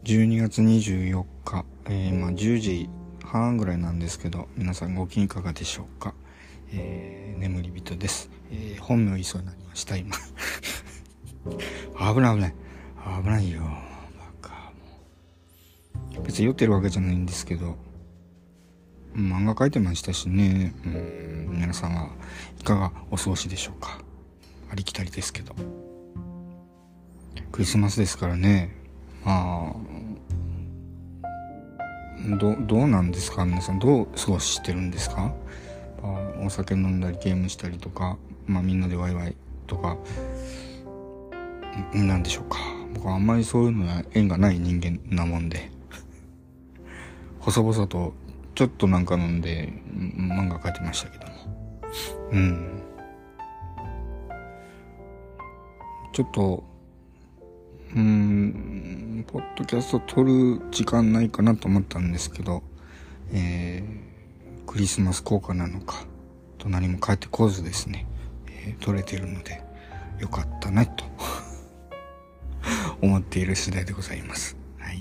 12月24日、今10時半ぐらいなんですけど、皆さんご機嫌いかがでしょうか。眠り人です。本名言いそうになりました今危ないよ、バカ。別に酔ってるわけじゃないんですけど、漫画描いてましたしね。皆さんはいかがお過ごしでしょうか。ありきたりですけど、クリスマスですからね。どうなんですか、皆さん。どう過ごしてるんですか。お酒飲んだりゲームしたりとか、みんなでワイワイとかなんでしょうか。僕はあんまりそういうのは縁がない人間なもんで細々とちょっとなんか飲んで漫画描いてましたけども、ちょっとポッドキャスト撮る時間ないかなと思ったんですけど、クリスマス効果なのかと何も帰ってこずですね、撮れてるのでよかったなと思っている次第でございます。はい。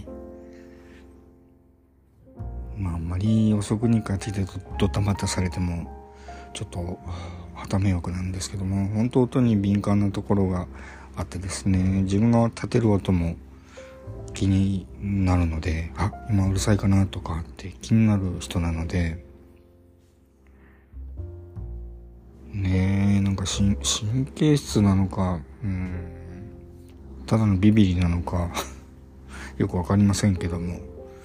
あんまり遅くに帰ってきてドタバタされてもちょっと旗迷惑なんですけども、本当音に敏感なところがあってですね、自分が立てる音も気になるので、今うるさいかなとかって気になる人なのでね。なんか神経質なのか、ただのビビリなのかよくわかりませんけども、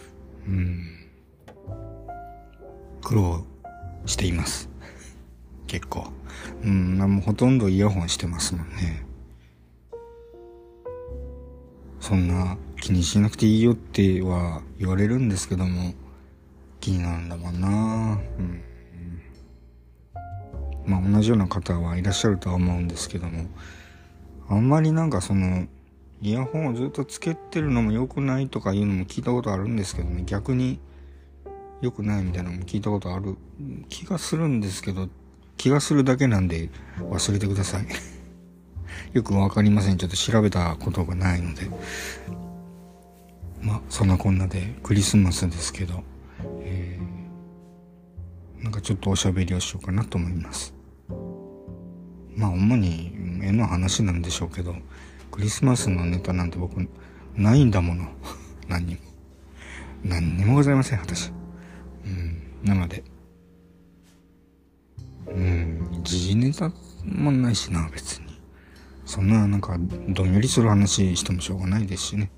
苦労しています結構。もうほとんどイヤホンしてますもんね。そんな気にしなくていいよっては言われるんですけども、気になるんだもんな。同じような方はいらっしゃるとは思うんですけども、あんまりなんかそのイヤホンをずっとつけてるのも良くないとかいうのも聞いたことあるんですけどね、逆に良くないみたいなのも聞いたことある気がするんですけど、気がするだけなんで忘れてくださいよくわかりません。ちょっと調べたことがないので。そんなこんなでクリスマスですけど、なんかちょっとおしゃべりをしようかなと思います。主に絵の話なんでしょうけど、クリスマスのネタなんて僕ないんだもの何にもございません私。なので時事ネタもないしな、別に。そんななんかどんよりする話してもしょうがないですしね。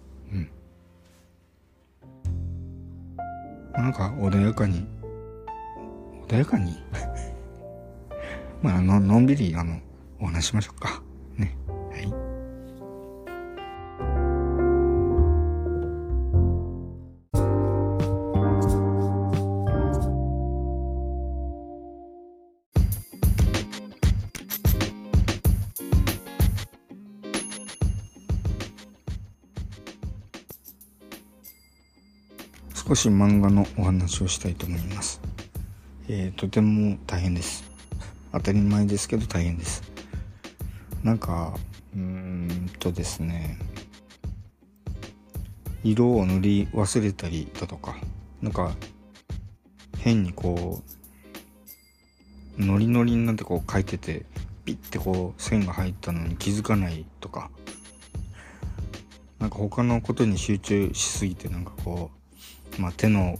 なんか穏やかにのんびりお話しましょうかね。はい。少し漫画のお話をしたいと思います。とても大変です。当たり前ですけど大変です。なんかですね、色を塗り忘れたりだとか、なんか変にこうノリノリになってこう描いててピッてこう線が入ったのに気づかないとか、なんか他のことに集中しすぎて、なんかこう手の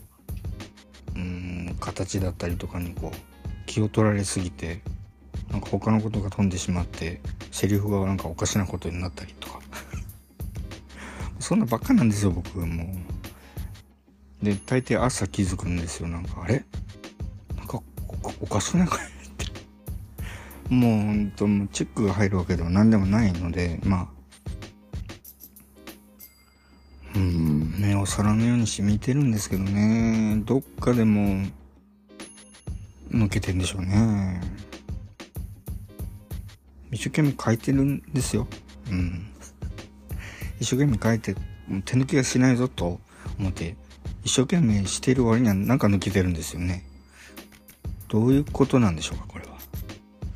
形だったりとかにこう気を取られすぎて、なんか他のことが飛んでしまってセリフがなんかおかしなことになったりとかそんなばっかなんですよ僕もう。で大抵朝気づくんですよ。なんかなんかおかしくないかってもうチェックが入るわけでは何でもないので、目を皿のようにして見てるんですけどね、どっかでも抜けてんでしょうね。一生懸命書いてるんですよ。一生懸命書いて手抜きはしないぞと思って一生懸命している割にはなんか抜けてるんですよね。どういうことなんでしょうかこれは。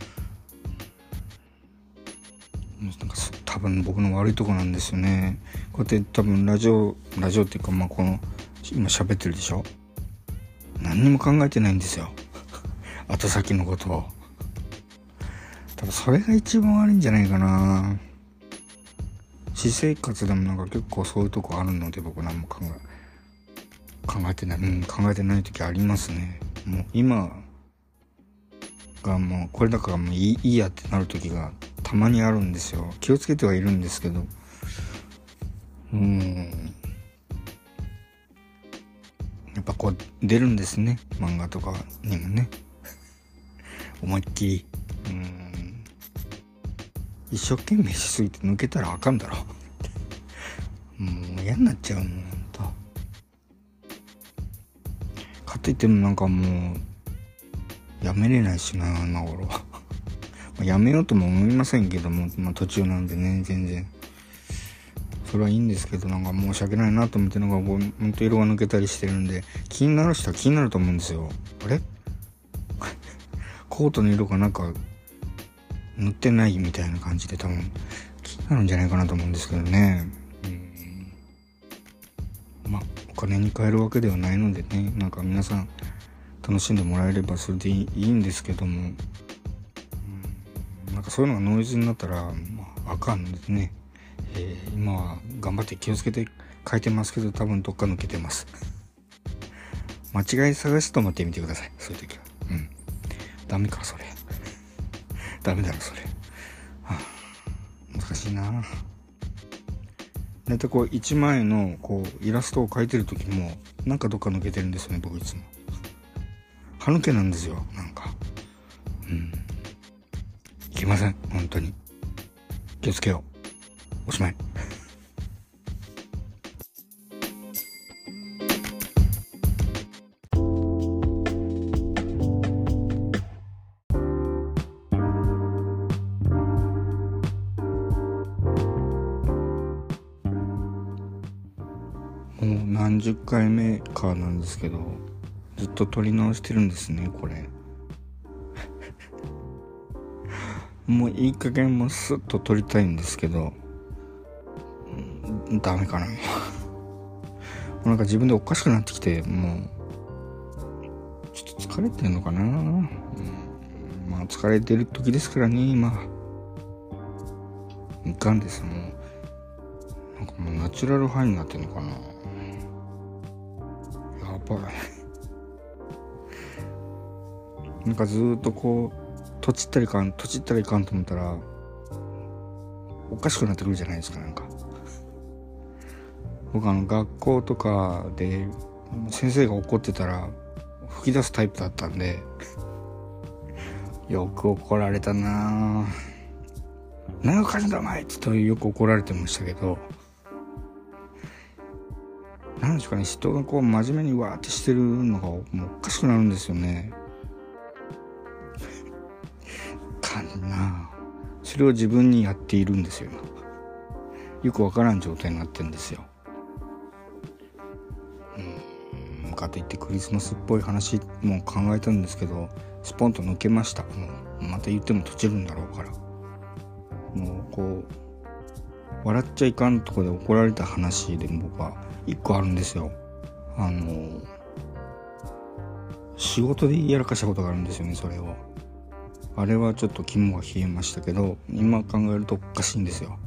なんか多分僕の悪いとこなんですよね。 こうやって多分ラジオっていうか、この今喋ってるでしょ。何にも考えてないんですよ後先のことを。多分それが一番悪いんじゃないかな。私生活でも結構そういうとこあるので、僕何も考えてない、考えてない時ありますね。もう今がもうこれだからもういいやってなる時がたまにあるんですよ。気をつけてはいるんですけど、やっぱこう出るんですね、漫画とかにもね思いっきり。一生懸命しすぎて抜けたらあかんだろもう嫌になっちゃうもんと。かといってももうやめれないしな、今頃やめようとも思いませんけども、途中なんでね、全然それはいいんですけど、申し訳ないなと思って、ほんと色が抜けたりしてるんで、気になる人は気になると思うんですよ。あれコートの色が塗ってないみたいな感じで多分気になるんじゃないかなと思うんですけどね。お金に換えるわけではないのでね、皆さん楽しんでもらえればそれでいいんですけども、そういうのがノイズになったらあかんのでね、今は頑張って気をつけて書いてますけど、多分どっか抜けてます間違い探しと思ってみてください、そういう時は。ダメかそれダメだろそれ、難しいな。だいたい1枚のイラストを描いてる時もどっか抜けてるんですよね、僕いつも。歯抜けなんですよ、いけません、本当に気をつけよう。おしまい。もう何十回目かなんですけど、ずっと撮り直してるんですね、これもういい加減もうスッと撮りたいんですけど、ダメかな自分でおかしくなってきて、もうちょっと疲れてんのかな。疲れてる時ですからね、今いかんです。もうもうナチュラルハイになってんのかな。やばい。ずーっととちったらいかんと思ったらおかしくなってくるじゃないですか。僕学校とかで先生が怒ってたら吹き出すタイプだったんで、よく怒られたな。何を感じたお前ってよく怒られてましたけど、なんでしょうかね、人が真面目にわーってしてるのがもうおかしくなるんですよね。それを自分にやっているんですよ。よくわからん状態になってるんですよ。かといってクリスマスっぽい話も考えたんですけど、スポンと抜けました。また言っても閉じるんだろうから。もう笑っちゃいかんとこで怒られた話で僕は一個あるんですよ。仕事でやらかしたことがあるんですよね。あれはちょっと肝が冷えましたけど、今考えるとおかしいんですよ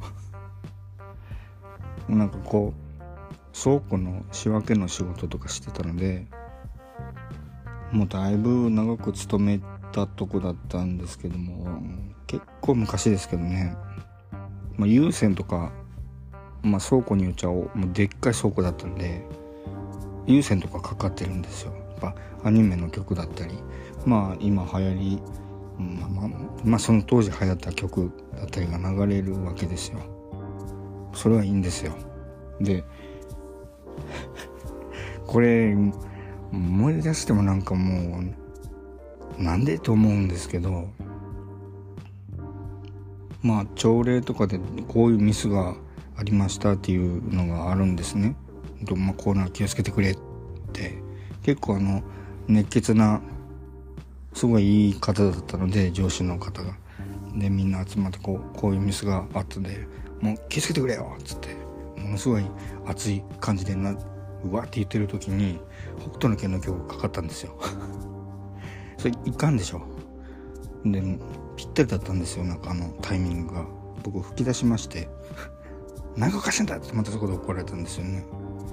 倉庫の仕分けの仕事とかしてたので、もうだいぶ長く勤めたとこだったんですけども、結構昔ですけどね、有線とか、倉庫によっちゃもうでっかい倉庫だったんで有線とかかかってるんですよ。やっぱアニメの曲だったり、今流行り、その当時流行った曲だったりが流れるわけですよ。それはいいんですよ。でこれ思い出してももうなんでと思うんですけど、朝礼とかでこういうミスがありましたっていうのがあるんですね。こういうの気をつけてくれって結構熱血なすごいいい方だったので、上司の方がでみんな集まってこういうミスがあったんで、もう気をつけてくれよっつって、 ものすごい熱い感じでうわって言ってる時に北斗の拳の曲がかかったんですよそれいかんでしょ。でぴったりだったんですよ。なんかタイミングが僕吹き出しまして何かおかしいんだってまたそこで怒られたんですよね。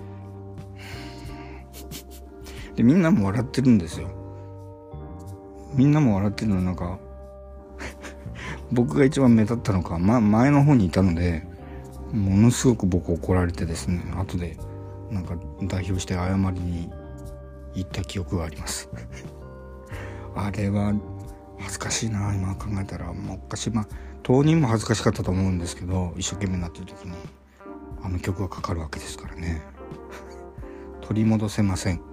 でみんなも笑ってるんですよ。みんなも笑ってるのなんか僕が一番目立ったのか、前の方にいたのでものすごく僕怒られてですね、後でなんか代表して謝りに行った記憶がありますあれは恥ずかしいな今考えたら。もうおかしい。当人も恥ずかしかったと思うんですけど、一生懸命になってる時にあの曲がかかるわけですからね取り戻せません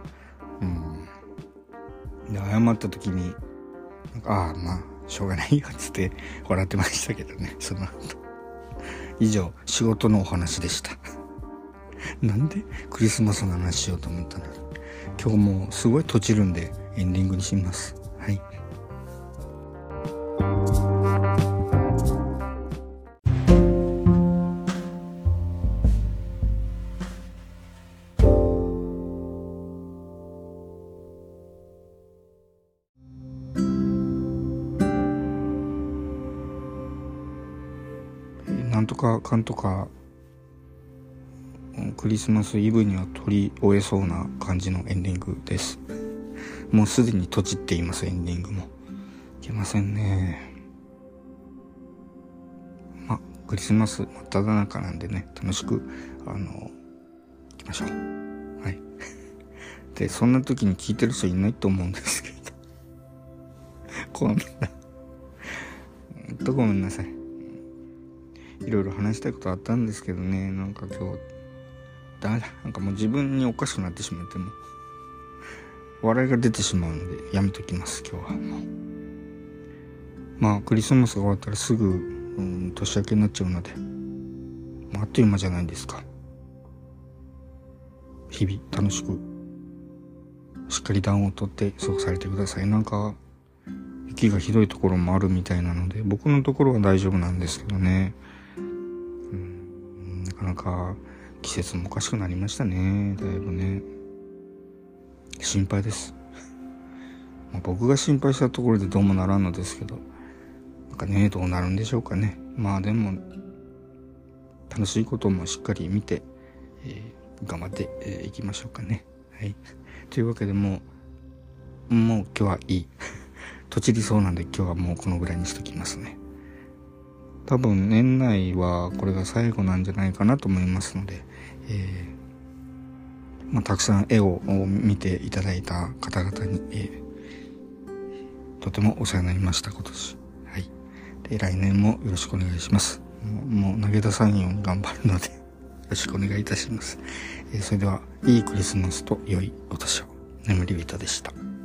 で謝った時になんかしょうがないよっつって笑ってましたけどね。その後以上仕事のお話でしたなんでクリスマスの話しようと思ったのに、今日もうすごい閉じるんでエンディングにします。はい。なんとかかんとかクリスマスイブには撮り終えそうな感じのエンディングです。もうすでに閉じています。エンディングもいけませんね。クリスマス真っ只中なんでね、楽しく行きましょう。はいでそんな時に聞いてる人いないと思うんですけどごめんごめんなさい。いろいろ話したいことあったんですけどね、なんか今日ダメだ、なんかもう自分におかしくなってしまっても笑いが出てしまうのでやめときます。今日はもうクリスマスが終わったらすぐ年明けになっちゃうので、あっという間じゃないですか。日々楽しくしっかり暖をとって過ごされてください。なんか雪がひどいところもあるみたいなので、僕のところは大丈夫なんですけどね。なかなか季節もおかしくなりましたね。だいぶね心配です。僕が心配したところでどうもならんのですけど、なんかねどうなるんでしょうかね。でも楽しいこともしっかり見て、頑張っていきましょうかね。はい。というわけでもう今日はいいとちりそうなんで今日はもうこのぐらいにしときますね。多分年内はこれが最後なんじゃないかなと思いますので、たくさん絵を見ていただいた方々に、とてもお世話になりました今年。はい。で来年もよろしくお願いします。もう投げ出さんように頑張るのでよろしくお願いいたします。それではいいクリスマスと良いお年を。眠り人でした。